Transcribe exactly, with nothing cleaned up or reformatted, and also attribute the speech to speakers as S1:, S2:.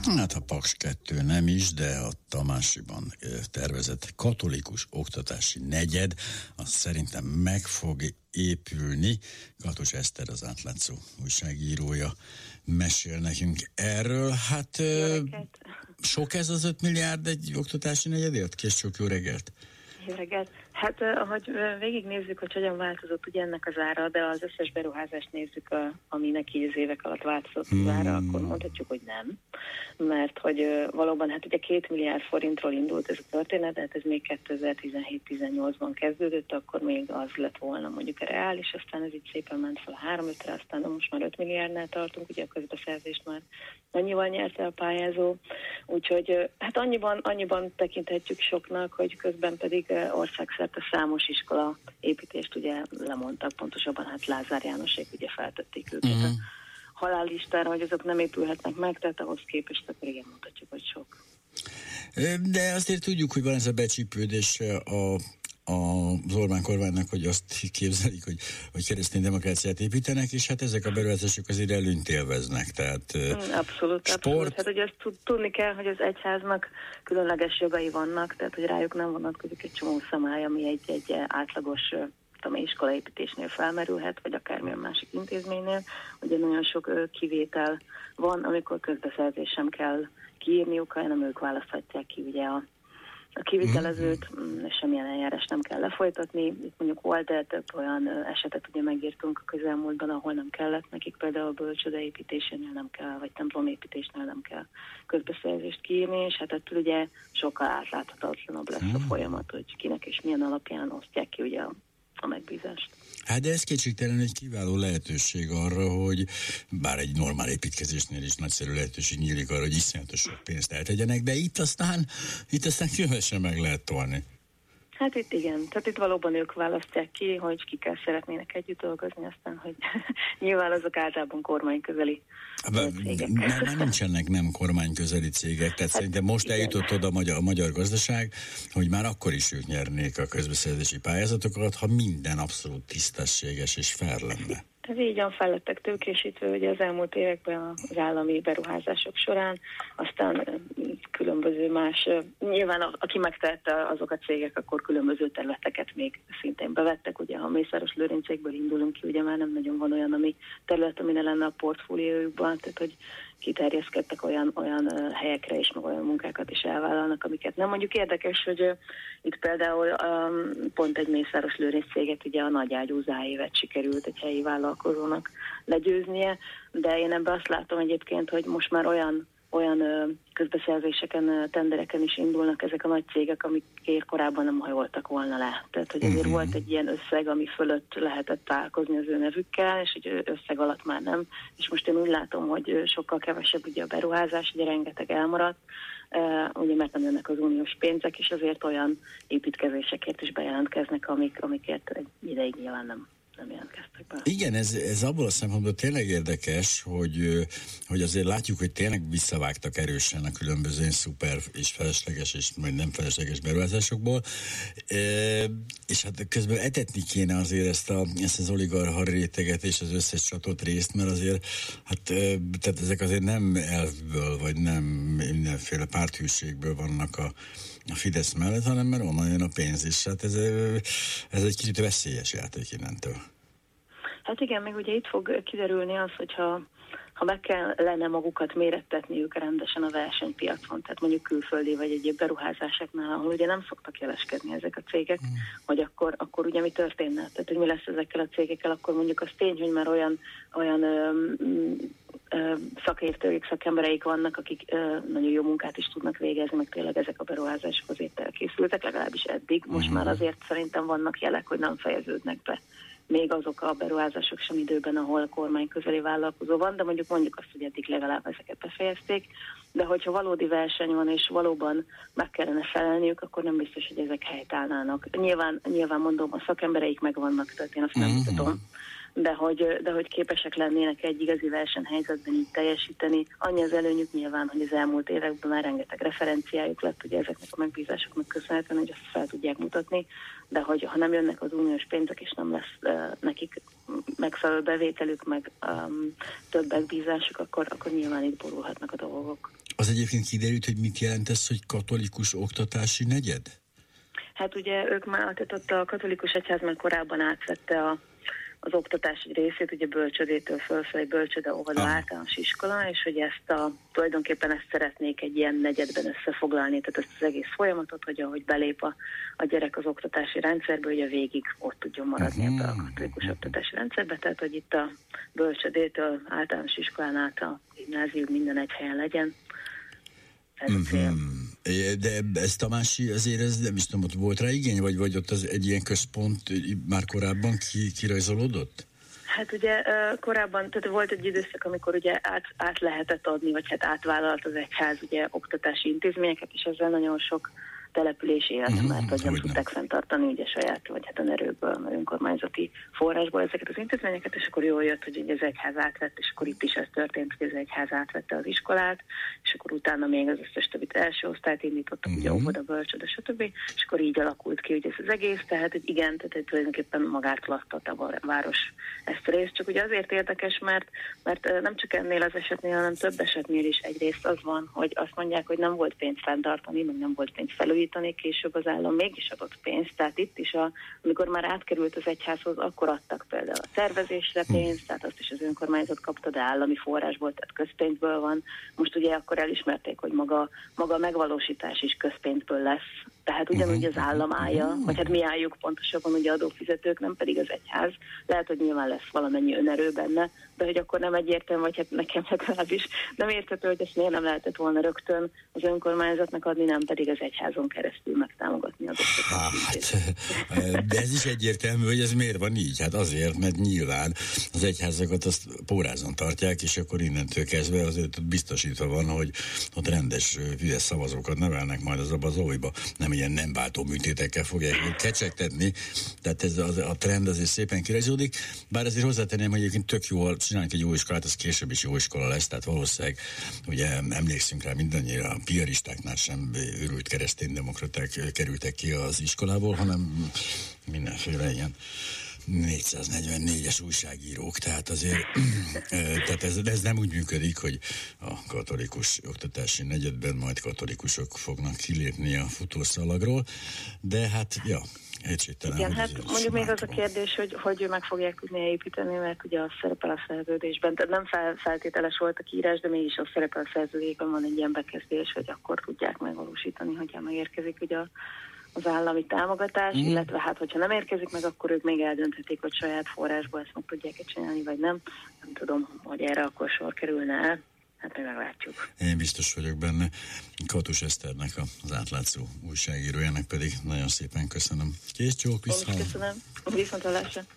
S1: Hát a Paks kettő nem is, de a Tamásiban tervezett katolikus oktatási negyed, az szerintem meg fog épülni. Katos Eszter, az Átlátszó újságírója mesél nekünk erről. Hát sok ez az öt milliárd egy oktatási negyedért? Kész sok jó reggelt!
S2: Jó reggelt! Hát ahogy végignézzük, hogy hogyan változott ugye ennek az ára, de az összes beruházást nézzük, aminek így az évek alatt változott az ára, hmm. akkor mondhatjuk, hogy nem. Mert hogy valóban hát ugye két milliárd forintról indult ez a történet, de hát ez még kétezer-tizenhét-tizennyolcban kezdődött, akkor még az lett volna mondjuk a reális, aztán ez így szépen ment fel a három-ötre, aztán most már öt milliárdnál tartunk, ugye a közbeszerzést már annyival nyerte a pályázó, úgyhogy hát annyiban, annyiban tekinthetjük soknak, hogy közben pedig országszerte a számos iskola építést ugye lemondtak, pontosabban hát Lázár Jánosék ugye feltették őket uh-huh. a halállistára, hogy azok nem épülhetnek meg, tehát ahhoz képest akkor igen mondhatjuk, hogy sok.
S1: De azért tudjuk, hogy van ez a becsípődés a az Orbán kormánynak, hogy azt képzelik, hogy, hogy keresztény demokráciát építenek, és hát ezek a beruházások azért előnyt élveznek, tehát
S2: abszolút,
S1: sport...
S2: abszolút. Hát ugye ezt tudni kell, hogy az egyháznak különleges jogai vannak, tehát hogy rájuk nem vonatkozik egy csomó szabály, ami egy, egy átlagos tudom, iskolaépítésnél felmerülhet, vagy akármilyen másik intézménynél. Ugye nagyon sok kivétel van, amikor közbeszerzés sem kell kiírniuk, hanem ők választhatják ki ugye a a kivitelezőt, és semmilyen eljárás nem kell lefolytatni. Itt mondjuk volt, de több olyan esetet ugye megírtunk a közelmúltban, ahol nem kellett nekik, például a bölcsődeépítésénél nem kell, vagy templomépítésnél nem kell közbeszerzést kiírni, és hát ettől ugye sokkal átláthatótlanabb lesz a folyamat, hogy kinek és milyen alapján osztják ki ugye a, a megbízást.
S1: Hát de ez kétségtelen egy kiváló lehetőség arra, hogy bár egy normál építkezésnél is nagyszerű lehetőség nyílik arra, hogy iszonyatos sok pénzt eltegyenek, de itt aztán, itt aztán különösen meg lehet tolni.
S2: Hát itt igen, tehát itt valóban ők választják ki, hogy kikkel szeretnének együtt dolgozni, aztán, hogy nyilván azok általában kormányközeli cégek.
S1: Nem, nincsenek nem kormányközeli cégek, tehát hát szerintem most igen. eljutott oda a magyar, a magyar gazdaság, hogy már akkor is ők nyernék a közbeszerzési pályázatokat, ha minden abszolút tisztességes és fair lenne.
S2: Ez így van, fel lettek tőkésítve ugye az elmúlt években az állami beruházások során, aztán különböző más, nyilván aki megtehette azok a cégek, akkor különböző területeket még szintén bevettek, ugye ha Mészáros Lőrincékből indulunk ki, ugye már nem nagyon van olyan ami terület, ami ne lenne a portfóliójukban, tehát hogy kiterjeszkedtek olyan, olyan helyekre és meg olyan munkákat is elvállalnak, amiket nem. Mondjuk érdekes, hogy uh, itt például um, pont egy Mészáros Lőrinc céget ugye a nagyágyú záévet sikerült egy helyi vállalkozónak legyőznie, de én ebben azt látom egyébként, hogy most már olyan olyan uh, közbeszerzéseken, uh, tendereken is indulnak ezek a nagy cégek, amikért korábban nem hajoltak volna le. Tehát, hogy azért uh-huh. volt egy ilyen összeg, ami fölött lehetett találkozni az ő nevükkel, és egy összeg alatt már nem. És most én úgy látom, hogy sokkal kevesebb ugye a beruházás, ugye rengeteg elmaradt, uh, ugye mert nem jönnek az uniós pénzek, és azért olyan építkezésekért is bejelentkeznek, amik, amikért egy ideig nyilván nem. nem jelentkeztek be.
S1: Igen, ez, ez abból a szempontból tényleg érdekes, hogy, hogy azért látjuk, hogy tényleg visszavágtak erősen a különböző szuper és felesleges és majd nem felesleges beruházásokból, e, és hát közben etetni kéne azért ezt, a, ezt az oligarcha réteget és az összes csatott részt, mert azért hát, tehát ezek azért nem elvből, vagy nem mindenféle párthűségből vannak a a Fidesz mellett, hanem mert onnan jön a pénz is. Hát ez, ez egy kicsit veszélyes játék innentől.
S2: Hát igen, még ugye itt fog kiderülni az, hogyha ha meg kellene magukat mérettetniük rendesen a versenypiacon, tehát mondjuk külföldi vagy egyéb beruházásoknál, ahol ugye nem szoktak jeleskedni ezek a cégek, mm. hogy akkor, akkor ugye mi történne? Tehát, hogy mi lesz ezekkel a cégekkel, akkor mondjuk az tény, hogy már olyan, olyan öm, szakértőik, szakembereik vannak, akik ö, nagyon jó munkát is tudnak végezni, meg tényleg ezek a beruházások azért elkészültek, legalábbis eddig. Most mm. már azért szerintem vannak jelek, hogy nem fejeződnek be még azok a beruházások sem időben, ahol a kormány közeli vállalkozó van, de mondjuk mondjuk azt, hogy eddig legalább ezeket befejezték, de hogyha valódi verseny van, és valóban meg kellene felelniük, akkor nem biztos, hogy ezek helytállnának. Nyilván, nyilván mondom, a szakembereik megvannak, tehát én azt nem mm-hmm. tudom, de hogy, de hogy képesek lennének egy igazi versenyhelyzetben így teljesíteni. Annyi az előnyük nyilván, hogy az elmúlt években már rengeteg referenciájuk lett ugye ezeknek a megbízásoknak köszönhetően, hogy azt fel tudják mutatni, de hogy ha nem jönnek az uniós pénzek, és nem lesz uh, nekik megfelelő bevételük, meg um, több megbízásuk, akkor, akkor nyilván itt borulhatnak a dolgok.
S1: Az egyébként kiderült, hogy mit jelent ez, hogy katolikus oktatási negyed?
S2: Hát ugye ők már, tehát ott a katolikus egyház már korábban átvette a, az oktatás egy részét, ugye bölcsödétől fölfelé, bölcsöde, óvoda, általános iskola, és hogy ezt a, tulajdonképpen ezt szeretnék egy ilyen negyedben összefoglalni, tehát ezt az egész folyamatot, hogy ahogy belép a, a gyerek az oktatási rendszerbe, ugye végig ott tudjon maradni uh-huh. ebbe a katolikus uh-huh. oktatási rendszerbe, tehát hogy itt a bölcsödétől, általános iskolán át a gimnázium minden egy helyen legyen. Ez a cél.
S1: Uh-huh. De ez Tamási azért ez nem is tudom, ott volt rá igény, vagy, vagy ott az egy ilyen központ már korábban ki, kirajzolódott?
S2: Hát ugye korábban, tehát volt egy időszak, amikor ugye át, át lehetett adni, vagy hát átvállalt az egyház ugye oktatási intézményeket, és ezzel nagyon sok település élet, uh-huh, mert hogy nem tudták fenntartani ugye saját, vagy hát a erőből, önkormányzati forrásból ezeket az intézményeket, és akkor jól jött, hogy az egyház átvett, és akkor itt is ez történt, hogy az egyház átvette az iskolát, és akkor utána még az összes többit első osztályt indítottak, uh-huh. ugye óvoda, bölcsöde, stb. És akkor így alakult ki ugye ez az egész, tehát hogy igen, tehát tulajdonképpen magától adta a város ezt a részt, csak ugye azért érdekes, mert, mert nem csak ennél az esetnél, hanem több esetnél is egyrészt az van, hogy azt mondják, hogy nem volt pénz fenntartani, meg nem volt pénz felújítani, később az állam mégis adott pénzt, tehát itt is, a, amikor már átkerült az egyházhoz, akkor adtak például a szervezésre pénzt, tehát azt is az önkormányzat kapta, de állami forrásból, tehát közpénzből van. Most ugye akkor elismerték, hogy maga, maga a megvalósítás is közpénzből lesz, tehát ugyanúgy az állam állja, vagy hát mi álljuk pontosabban ugye adófizetők, nem pedig az egyház. Lehet, hogy nyilván lesz valamennyi önerő benne, de hogy akkor nem egyértelmű, vagy hát nekem legalábbis nem érthető, hogy ezt miért nem lehetett volna rögtön az önkormányzatnak adni, nem pedig az egyházon keresztül megtámogatni az oktatást.
S1: Hát, de ez is egyértelmű, hogy ez miért van így? Hát azért, mert nyilván az egyházakat azt pórázon tartják, és akkor innentől kezdve azért biztosítva van, hogy ott rendes Fidesz szavazókat nevelnek majd az abba az olyba. Nem ilyen nem váltó műtétekkel fogják kecsegtetni, tehát ez a, a trend azért szépen kirajzódik, bár azért hozzátenném, hogy egyébként tök jól csinálunk egy jó iskolát, az később is jó iskola lesz, tehát valószínűleg ugye emlékszünk rá mindannyira, a piaristáknál sem őrült kereszténydemokraták kerültek ki az iskolából, hanem mindenféle ilyen négyszáznegyvennégyes újságírók, tehát azért tehát ez, ez nem úgy működik, hogy a katolikus oktatási negyedben majd katolikusok fognak kilépni a futószalagról, de hát, ja, egységtelen.
S2: Igen, hát mondjuk még az a kérdés, hogy, hogy meg fogják tudni építeni, mert ugye az szerepel a szerződésben, tehát nem fel, feltételes volt a kiírás, de mégis az szerepel a szerződésben, van egy ilyen bekezdés, hogy akkor tudják megvalósítani, hogyha megérkezik ugye a az állami támogatás, mm. illetve hát, hogyha nem érkezik meg, akkor ők még eldönthetik, hogy saját forrásból ezt meg tudják-e csinálni, vagy nem. Nem tudom, hogy erre akkor sor kerülne el. Hát meg meglátjuk.
S1: Én biztos vagyok benne. Katus Eszternek, az átlátszó újságírójának pedig nagyon szépen köszönöm. Kész csók, viszont.
S2: Én is köszönöm. Viszontlátásra.